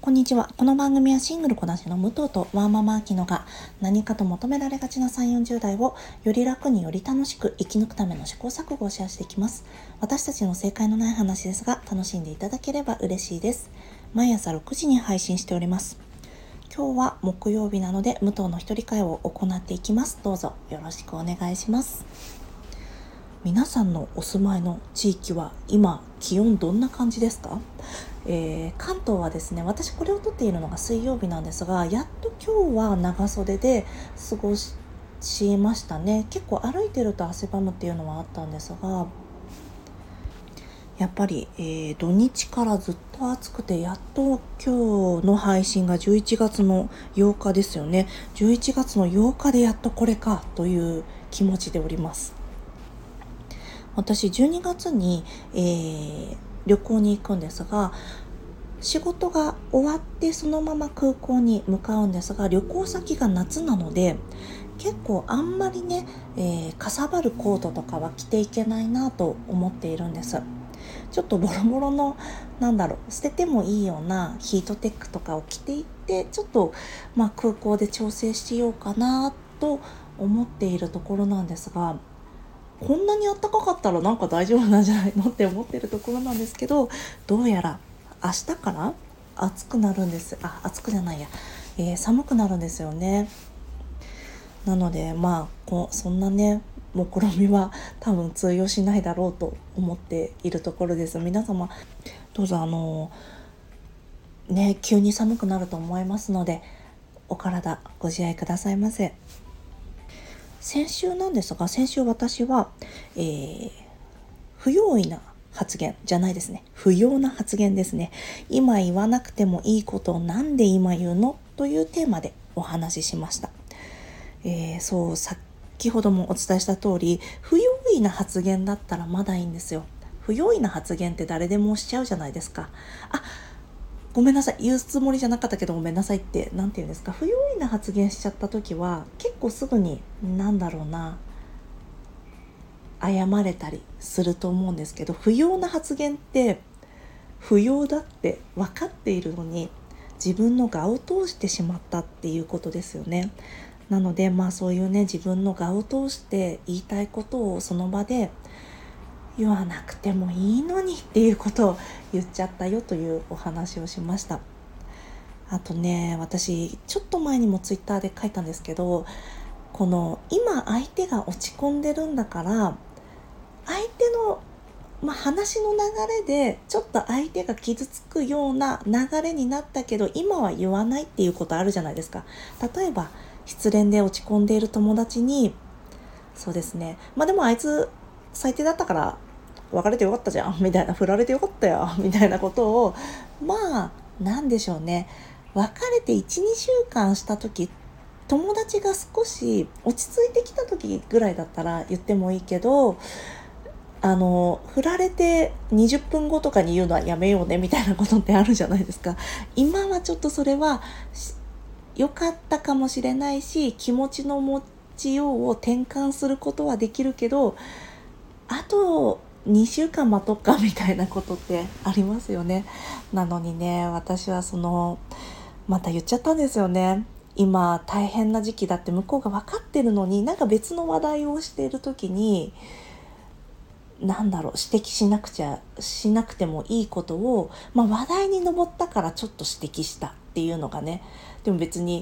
こんにちは。この番組はシングルこなしの武藤とワーママアキノが何かと求められがちな3、40代をより楽により楽しく生き抜くための試行錯誤をシェアしていきます。私たちの正解のない話ですが楽しんでいただければ嬉しいです。毎朝6時に配信しております。今日は木曜日なので武藤の一人会を行っていきます。どうぞよろしくお願いします。皆さんのお住まいの地域は今気温どんな感じですか？関東はですね、私これを撮っているのが水曜日なんですが、やっと今日は長袖で過ごしましたね。結構歩いてると汗ばむっていうのはあったんですが、やっぱり、土日からずっと暑くて、やっと今日の配信が11月の8日ですよね。11月の8日でやっとこれかという気持ちでおります。私12月に、旅行に行くんですが、仕事が終わってそのまま空港に向かうんですが、旅行先が夏なので結構あんまりね、かさばるコートとかは着ていけないなと思っているんです。ちょっとボロボロの捨ててもいいようなヒートテックとかを着ていって、ちょっと空港で調整しようかなと思っているところなんですが、こんなに暖かかったらなんか大丈夫なんじゃないのって思ってるところなんですけど、どうやら明日から暑くなるんです。暑くじゃないや、寒くなるんですよね。なのでそんなね目論みは多分通用しないだろうと思っているところです。皆様どうぞ急に寒くなると思いますので、お体ご自愛くださいませ。先週なんですが、先週私は、不用意な発言じゃないですね。不要な発言ですね。今言わなくてもいいことをなんで今言うのというテーマでお話ししました。先ほどもお伝えした通り、不用意な発言だったらまだいいんですよ。不用意な発言って誰でもしちゃうじゃないですか。ごめんなさい、言うつもりじゃなかったけどごめんなさいってなんて言うんですか。不用意な発言しちゃった時は結構すぐに謝れたりすると思うんですけど、不要な発言って不要だって分かっているのに自分の我を通してしまったっていうことですよね。なのでそういうね、自分の我を通して言いたいことをその場で言わなくてもいいのにっていうことを言っちゃったよというお話をしました。あとね、私ちょっと前にもツイッターで書いたんですけど、この今相手が落ち込んでるんだから相手の、話の流れでちょっと相手が傷つくような流れになったけど今は言わないっていうことあるじゃないですか。例えば失恋で落ち込んでいる友達に、そうですね、でもあいつ最低だったから別れてよかったじゃんみたいな、振られてよかったよみたいなことをなんでしょうね、別れて 1,2 週間した時、友達が少し落ち着いてきた時ぐらいだったら言ってもいいけど、振られて20分後とかに言うのはやめようねみたいなことってあるじゃないですか。今はちょっとそれは良かったかもしれないし、気持ちの持ちようを転換することはできるけど、あと2週間待とうかみたいなことってありますよね。なのにね、私はまた言っちゃったんですよね。今大変な時期だって向こうが分かってるのに、別の話題をしている時に指摘しなくてもいいことを、話題に上ったからちょっと指摘したっていうのがね、でも別に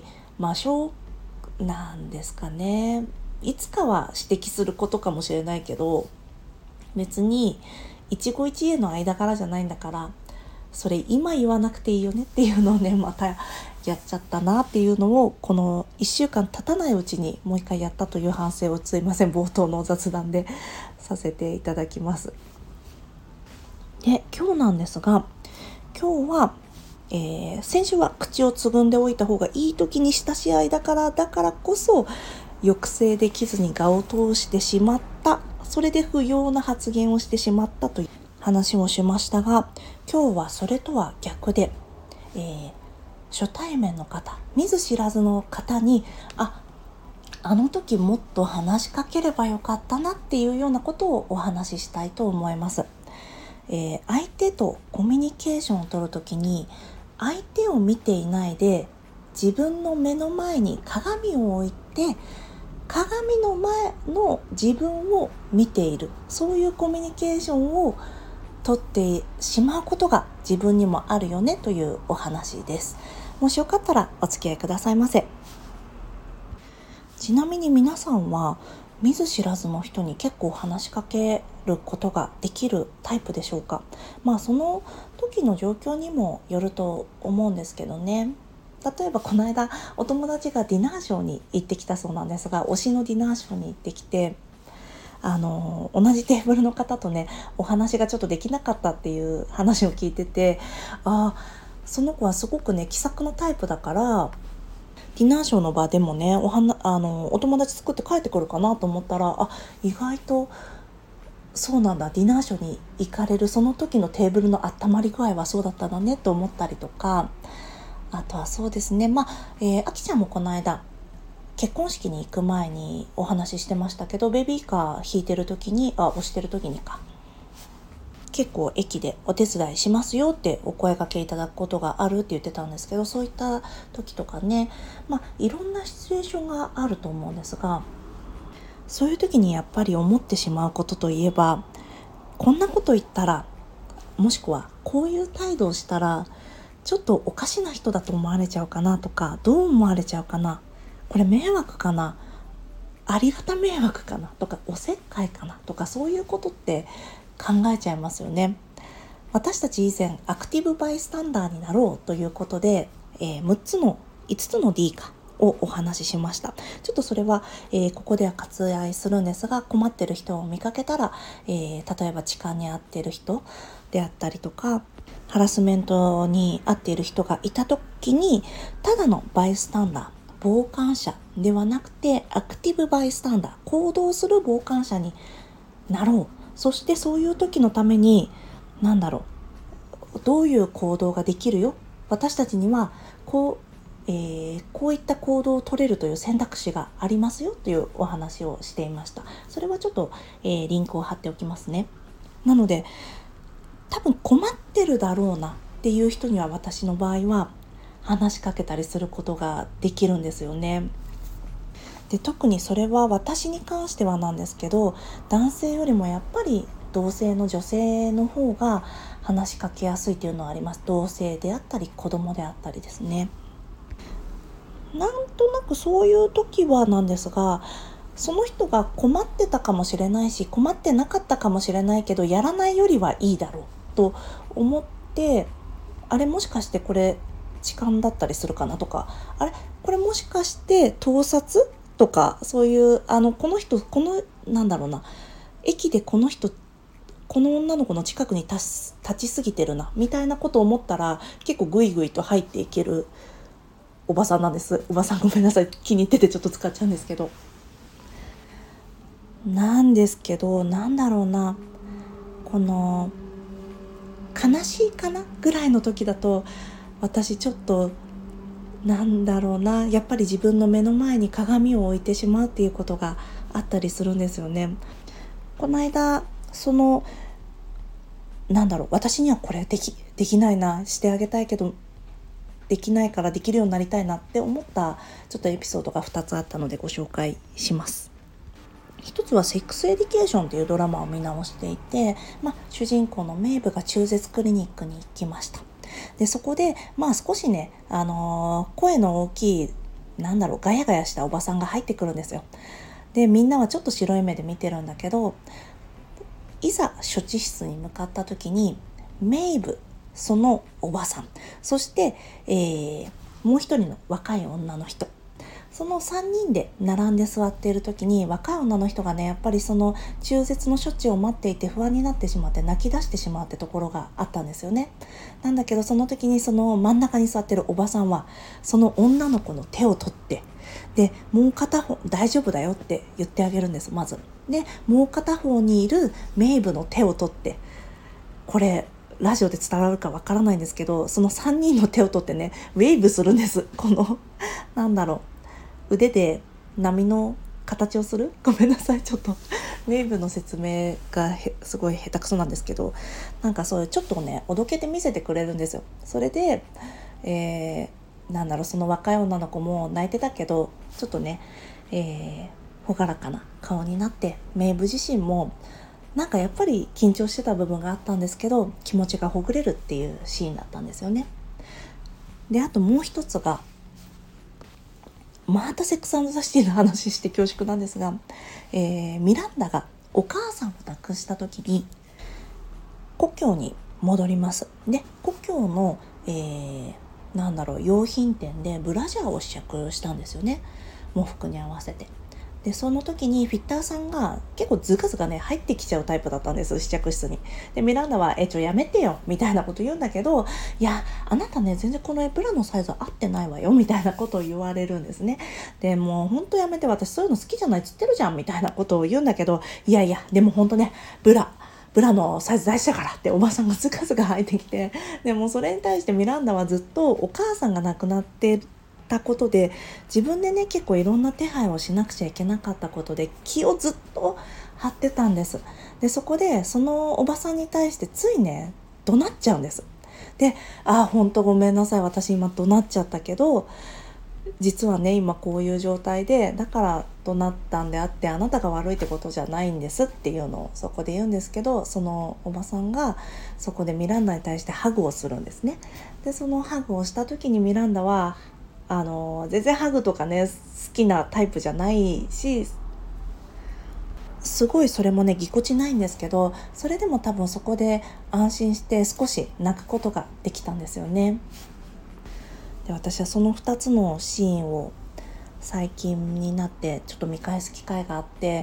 なんですかね、いつかは指摘することかもしれないけど、別に一期一会の間柄じゃないんだから、それ今言わなくていいよねっていうのをね、またやっちゃったなっていうのを、この1週間経たないうちにもう一回やったという反省を、すいません、冒頭の雑談でさせていただきます。で、今日なんですが、今日は、先週は口をつぐんでおいた方がいい時にした試合だからこそ抑制できずに我を通してしまった、それで不要な発言をしてしまったという話をしましたが、今日はそれとは逆で、初対面の方、見ず知らずの方にあの時もっと話しかければよかったなっていうようなことをお話ししたいと思います。相手とコミュニケーションを取るときに相手を見ていないで自分の目の前に鏡を置いて、鏡の前の自分を見ている、そういうコミュニケーションをとってしまうことが自分にもあるよねというお話です。もしよかったらお付き合いくださいませ。ちなみに皆さんは見ず知らずの人に結構話しかけることができるタイプでしょうか。その時の状況にもよると思うんですけどね。例えばこの間お友達がディナーショーに行ってきたそうなんですが、推しのディナーショーに行ってきて、同じテーブルの方とねお話がちょっとできなかったっていう話を聞いてて、その子はすごくね気さくなタイプだから、ディナーショーの場でもねお友達作って帰ってくるかなと思ったら、意外とそうなんだ、ディナーショーに行かれるその時のテーブルの温まり具合はそうだったんだねと思ったりとか、あとはそうですね、あきちゃんもこの間結婚式に行く前にお話ししてましたけど、ベビーカー引いてる時に押してる時に結構駅でお手伝いしますよってお声掛けいただくことがあるって言ってたんですけど、そういった時とかね、いろんなシチュエーションがあると思うんですが、そういう時にやっぱり思ってしまうことといえば、こんなこと言ったら、もしくはこういう態度をしたらちょっとおかしな人だと思われちゃうかなとか、どう思われちゃうかな、これ迷惑かな、ありがた迷惑かなとか、おせっかいかなとか、そういうことって考えちゃいますよね。私たち以前アクティブバイスタンダーになろうということで、5つの D をお話ししました。ちょっとそれは、ここでは割愛するんですが、困ってる人を見かけたら、例えば痴漢に遭っている人であったりとか、ハラスメントに遭っている人がいた時に、ただのバイスタンダー、傍観者ではなくてアクティブバイスタンダー、行動する傍観者になろう。そしてそういう時のためにどういう行動ができるよ、私たちにはこういった行動を取れるという選択肢がありますよというお話をしていました。それはちょっと、リンクを貼っておきますね。なので多分困ってるだろうなっていう人には、私の場合は話しかけたりすることができるんですよね。で、特にそれは私に関してはなんですけど、男性よりもやっぱり同性の女性の方が話しかけやすいというのはあります。同性であったり子供であったりですね。なんとなくそういう時はなんですが、その人が困ってたかもしれないし、困ってなかったかもしれないけど、やらないよりはいいだろうと思って、あれもしかしてこれ痴漢だったりするかなとか、あれこれもしかして盗撮とか、そういうこの人駅でこの人この女の子の近くに立ちすぎてるなみたいなことを思ったら、結構グイグイと入っていけるおばさんなんです。おばさんごめんなさい、気に入っててちょっと使っちゃうんですけど、この悲しいかなぐらいの時だと、私ちょっとやっぱり自分の目の前に鏡を置いてしまうっていうことがあったりするんですよね。この間私にはこれできないな、してあげたいけどできないからできるようになりたいなって思ったちょっとエピソードが2つあったのでご紹介します。一つはセックスエディケーションというドラマを見直していて、主人公のメイブが中絶クリニックに行きました。でそこで少しね、声の大きいガヤガヤしたおばさんが入ってくるんですよ。でみんなはちょっと白い目で見てるんだけど、いざ処置室に向かった時にメイブ、そのおばさん、そして、もう一人の若い女の人、その3人で並んで座っている時に、若い女の人がね、やっぱりその中絶の処置を待っていて不安になってしまって泣き出してしまうってところがあったんですよね。なんだけどその時にその真ん中に座ってるおばさんはその女の子の手を取って、でもう片方大丈夫だよって言ってあげるんです。まずでもう片方にいるメイブの手を取って、これラジオで伝わるかわからないんですけど、その3人の手を取ってねウェーブするんです。この腕で波の形をする、ごめんなさい、ちょっとウェーブの説明がすごい下手くそなんですけど、そういうちょっとねおどけて見せてくれるんですよ。それでその若い女の子も泣いてたけどちょっとね、朗らかな顔になって、メイブ自身もなんかやっぱり緊張してた部分があったんですけど、気持ちがほぐれるっていうシーンだったんですよね。で、あともう一つが、またセックスザシティの話して恐縮なんですが、ミランダがお母さんを亡くした時に故郷に戻ります。で、故郷の、用品店でブラジャーを試着したんですよね、喪服に合わせて。で、その時にフィッターさんが結構ズカズカね入ってきちゃうタイプだったんです、試着室に。で、ミランダはやめてよみたいなこと言うんだけど、いやあなたね全然このブラのサイズ合ってないわよみたいなことを言われるんですね。で、もうほんとやめて、私そういうの好きじゃないっつってるじゃんみたいなことを言うんだけど、いやいやでもほんとね、ブラのサイズ大事だからっておばさんがズカズカ入ってきて、でもそれに対してミランダはずっとお母さんが亡くなってたことで、自分でね結構いろんな手配をしなくちゃいけなかったことで気をずっと張ってたんです。で、そこでそのおばさんに対してついね怒鳴っちゃうんです。で、本当ごめんなさい、私今怒鳴っちゃったけど実はね今こういう状態で、だから怒鳴ったんであって、あなたが悪いってことじゃないんですっていうのをそこで言うんですけど、そのおばさんがそこでミランダに対してハグをするんですね。で、そのハグをした時にミランダは全然ハグとかね好きなタイプじゃないし、すごいそれもねぎこちないんですけど、それでも多分そこで安心して少し泣くことができたんですよね。で、私はその2つのシーンを最近になってちょっと見返す機会があって、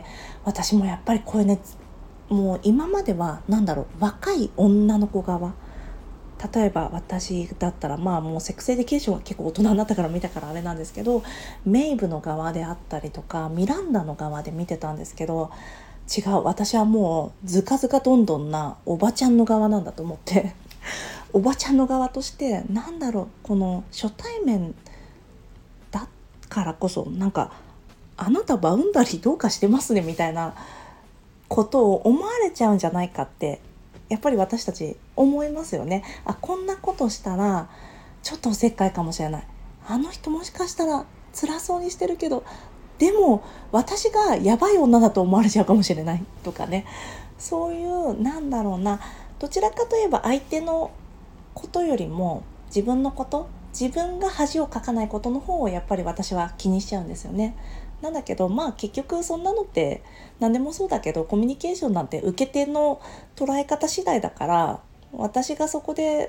私もやっぱりこれね、もう今までは若い女の子側、例えば私だったらもうセックスエディケーションは結構大人になったから見たからあれなんですけど、メイブの側であったりとかミランダの側で見てたんですけど、違う、私はもうズカズカどんどんなおばちゃんの側なんだと思っておばちゃんの側としてこの初対面だからこそあなたバウンダリーどうかしてますねみたいなことを思われちゃうんじゃないかってやっぱり私たち思いますよね。こんなことしたらちょっとおせっかいかもしれない、あの人もしかしたら辛そうにしてるけどでも私がやばい女だと思われちゃうかもしれないとかね、そういうどちらかといえば相手のことよりも自分のこと、自分が恥をかかないことの方をやっぱり私は気にしちゃうんですよね。なんだけど結局そんなのって何でもそうだけど、コミュニケーションなんて受け手の捉え方次第だから、私がそこで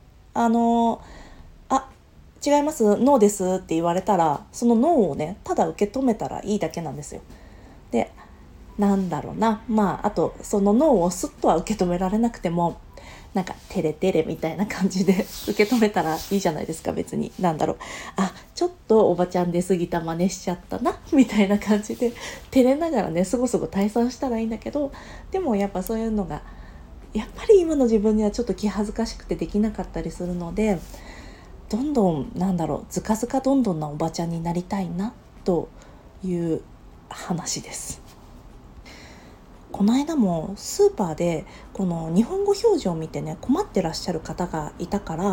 違いますノーですって言われたら、そのノーをねただ受け止めたらいいだけなんですよ。で、あとそのノーをスッとは受け止められなくてもテレテレみたいな感じで受け止めたらいいじゃないですか。別にちょっとおばちゃん出過ぎた真似しちゃったなみたいな感じで照れながらねすご退散したらいいんだけど、でもやっぱそういうのがやっぱり今の自分にはちょっと気恥ずかしくてできなかったりするので、どんどんずかずかどんどんなおばちゃんになりたいなという話です。この間もスーパーでこの日本語表示を見てね困ってらっしゃる方がいたから、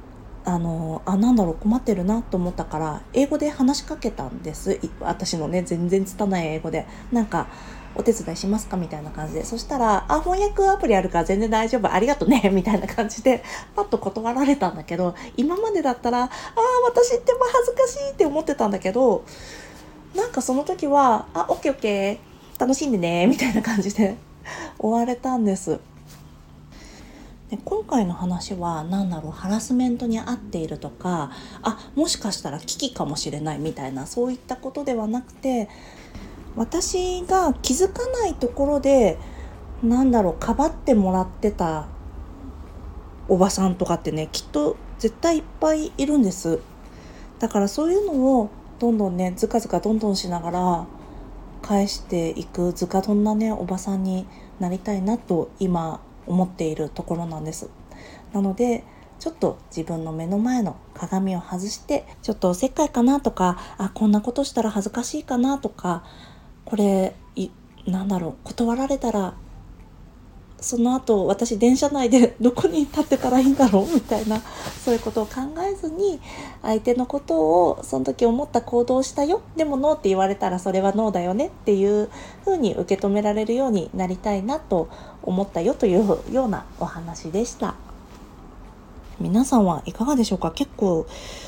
困ってるなと思ったから英語で話しかけたんです。私のね全然拙い英語でお手伝いしますかみたいな感じで、そしたら翻訳アプリあるから全然大丈夫ありがとねみたいな感じでパッと断られたんだけど、今までだったら私って恥ずかしいって思ってたんだけど、その時はオッケーオッケー楽しんでねみたいな感じで終われたんです。で、今回の話はハラスメントに遭っているとかもしかしたら危機かもしれないみたいなそういったことではなくて、私が気づかないところでかばってもらってたおばさんとかってねきっと絶対いっぱいいるんです。だからそういうのをどんどんねずかずかどんどんしながら返していくズカどんなねおばさんになりたいなと今思っているところなんです。なのでちょっと自分の目の前の鏡を外してちょっとおせっかいかなとかこんなことしたら恥ずかしいかなとか、これ断られたらその後私電車内でどこに立ってたらいいんだろうみたいな、そういうことを考えずに相手のことをその時思った行動をしたよ、でもノーって言われたらそれはノーだよねっていう風に受け止められるようになりたいなと思ったよというようなお話でした。皆さんはいかがでしょうか。結構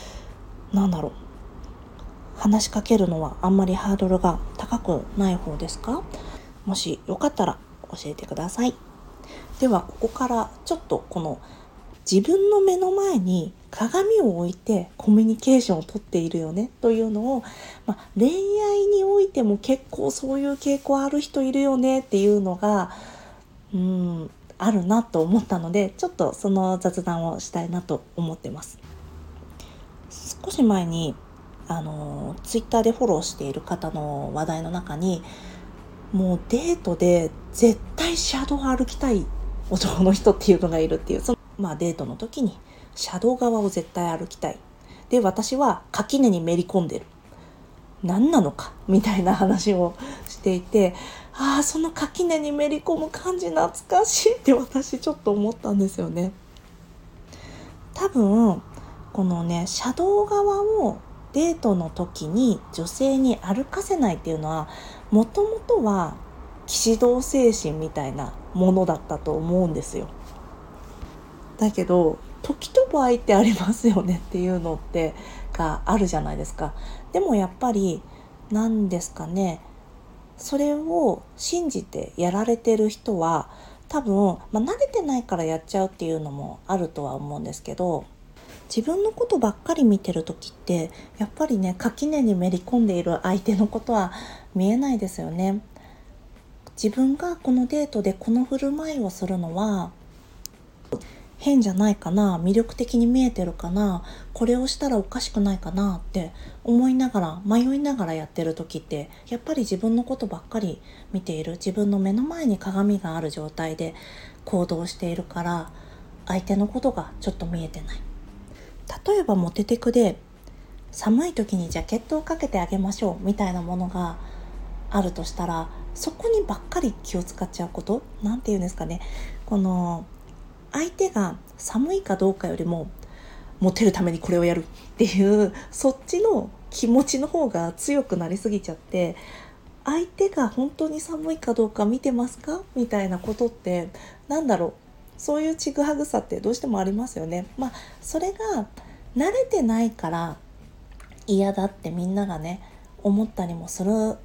話しかけるのはあんまりハードルが高くない方ですか？もしよかったら教えてください。ではここからちょっとこの自分の目の前に鏡を置いてコミュニケーションをとっているよねというのを、恋愛においても結構そういう傾向ある人いるよねっていうのがあるなと思ったので、ちょっとその雑談をしたいなと思ってます。少し前にツイッターでフォローしている方の話題の中に、もうデートで絶対車道を歩きたい男の人っていうのがいるっていう、デートの時に車道側を絶対歩きたい。で、私は垣根にめり込んでる。何なのかみたいな話をしていて、その垣根にめり込む感じ懐かしいって私ちょっと思ったんですよね。多分このね、車道側をデートの時に女性に歩かせないっていうのは、もともとは騎士道精神みたいなものだったと思うんですよ。だけど時と場合ってありますよねっていうのってがあるじゃないですか。でもやっぱり何ですかね、それを信じてやられてる人は多分、慣れてないからやっちゃうっていうのもあるとは思うんですけど、自分のことばっかり見てる時ってやっぱりね、垣根にめり込んでいる相手のことは見えないですよね。自分がこのデートでこの振る舞いをするのは変じゃないかな、魅力的に見えてるかな、これをしたらおかしくないかなって思いながら迷いながらやってる時って、やっぱり自分のことばっかり見ている、自分の目の前に鏡がある状態で行動しているから、相手のことがちょっと見えてない。例えばモテテクで寒い時にジャケットをかけてあげましょうみたいなものがあるとしたら、そこにばっかり気を使っちゃうこと、なんていうんですかね、この相手が寒いかどうかよりもモテるためにこれをやるっていうそっちの気持ちの方が強くなりすぎちゃって、相手が本当に寒いかどうか見てますかみたいなことって、そういうちぐはぐさってどうしてもありますよね。それが慣れてないから嫌だってみんながね思ったりもする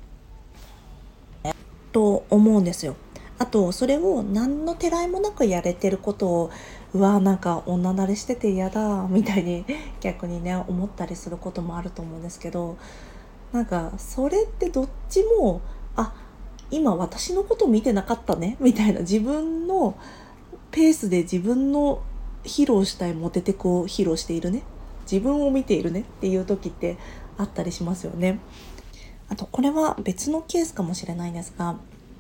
と思うんですよ。あとそれを何のてらいもなくやれてることを、女慣れしてて嫌だみたいに逆にね思ったりすることもあると思うんですけど、それってどっちも今私のこと見てなかったねみたいな、自分のペースで自分の披露したいモテテクを披露しているね、自分を見ているねっていう時ってあったりしますよね。あとこれは別のケースかもしれないんですが、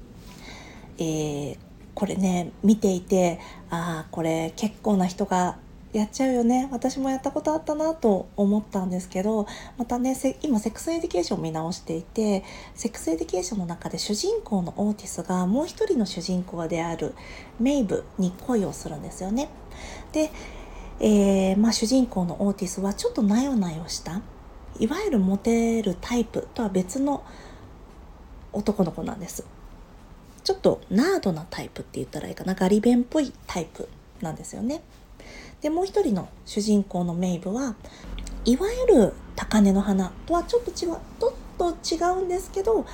これね見ていて、これ結構な人がやっちゃうよね、私もやったことあったなと思ったんですけど、またね今セックスエデュケーションを見直していて、セックスエデュケーションの中で主人公のオーティスがもう一人の主人公であるメイブに恋をするんですよね。で、主人公のオーティスはちょっとなよなよしたいわゆるモテるタイプとは別の男の子なんです。ちょっとナードなタイプって言ったらいいかな、ガリ勉っぽいタイプなんですよね。でもう一人の主人公のメイブはいわゆる高嶺の花とはちょっと違うんですけど、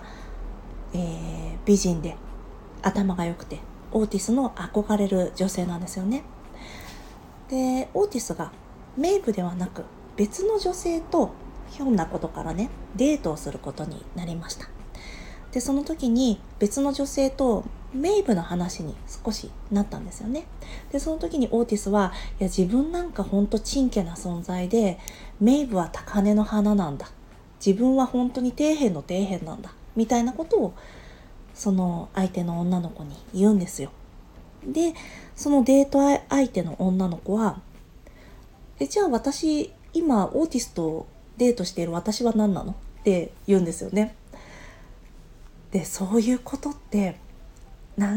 美人で頭が良くてオーティスの憧れる女性なんですよね。でオーティスがメイブではなく別の女性とひょんなことからねデートをすることになりました。でその時に別の女性とメイブの話に少しなったんですよね。でその時にオーティスは、自分なんかほんとちんけな存在で、メイブは高嶺の花なんだ、自分は本当に底辺の底辺なんだみたいなことをその相手の女の子に言うんですよ。でそのデート相手の女の子は、じゃあ私今オーティスとデートしている私は何なのって言うんですよね。でそういうことってなんて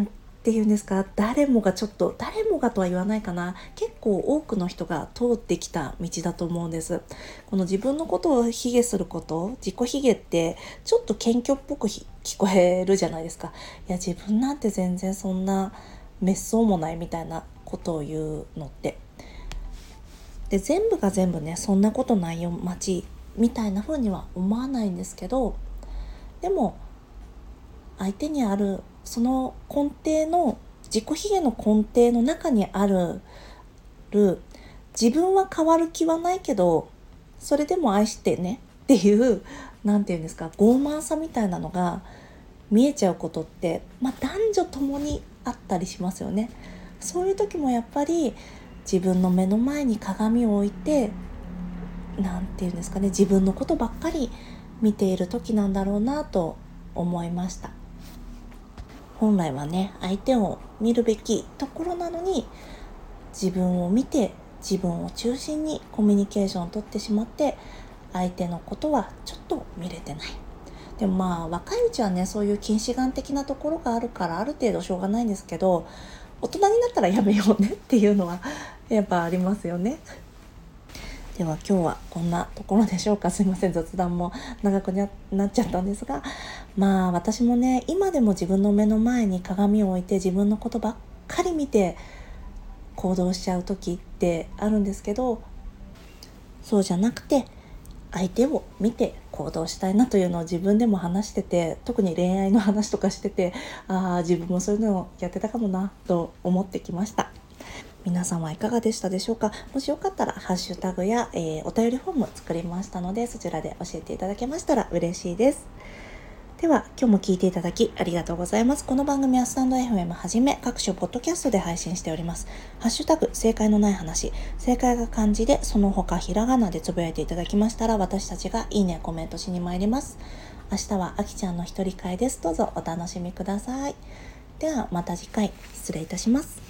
ていうんですか、誰もがとは言わないかな、結構多くの人が通ってきた道だと思うんです。この自分のことを卑下すること、自己卑下ってちょっと謙虚っぽく聞こえるじゃないですか。いや、自分なんて全然そんな滅相もないみたいなことを言うのって、で全部が全部ね、そんなことないよ街みたいな風には思わないんですけど、でも相手にあるその根底の自己卑下の根底の中にある自分は変わる気はないけどそれでも愛してねっていう、なんていうんですか、傲慢さみたいなのが見えちゃうことって、男女ともにあったりしますよね。そういう時もやっぱり自分の目の前に鏡を置いて、なんていうんですかね、自分のことばっかり見ている時なんだろうなと思いました。本来はね、相手を見るべきところなのに、自分を見て自分を中心にコミュニケーションをとってしまって、相手のことはちょっと見れてない。でも若いうちはね、そういう近視眼的なところがあるからある程度しょうがないんですけど、大人になったらやめようねっていうのはやっぱありますよね。では今日はこんなところでしょうか。すいません、雑談も長くなっちゃったんですが、私もね、今でも自分の目の前に鏡を置いて自分のことばっかり見て行動しちゃう時ってあるんですけど、そうじゃなくて相手を見て行動したいなというのを自分でも話してて、特に恋愛の話とかしてて、自分もそういうのをやってたかもなと思ってきました。皆さんはいかがでしたでしょうか。もしよかったらハッシュタグや、お便りフォーム作りましたので、そちらで教えていただけましたら嬉しいです。では今日も聞いていただきありがとうございます。この番組はスタンド FM はじめ各種ポッドキャストで配信しております。ハッシュタグ正解のない話、正解が漢字でその他ひらがなでつぶやいていただきましたら、私たちがいいねコメントしに参ります。明日はあきちゃんの一人会です。どうぞお楽しみください。ではまた次回、失礼いたします。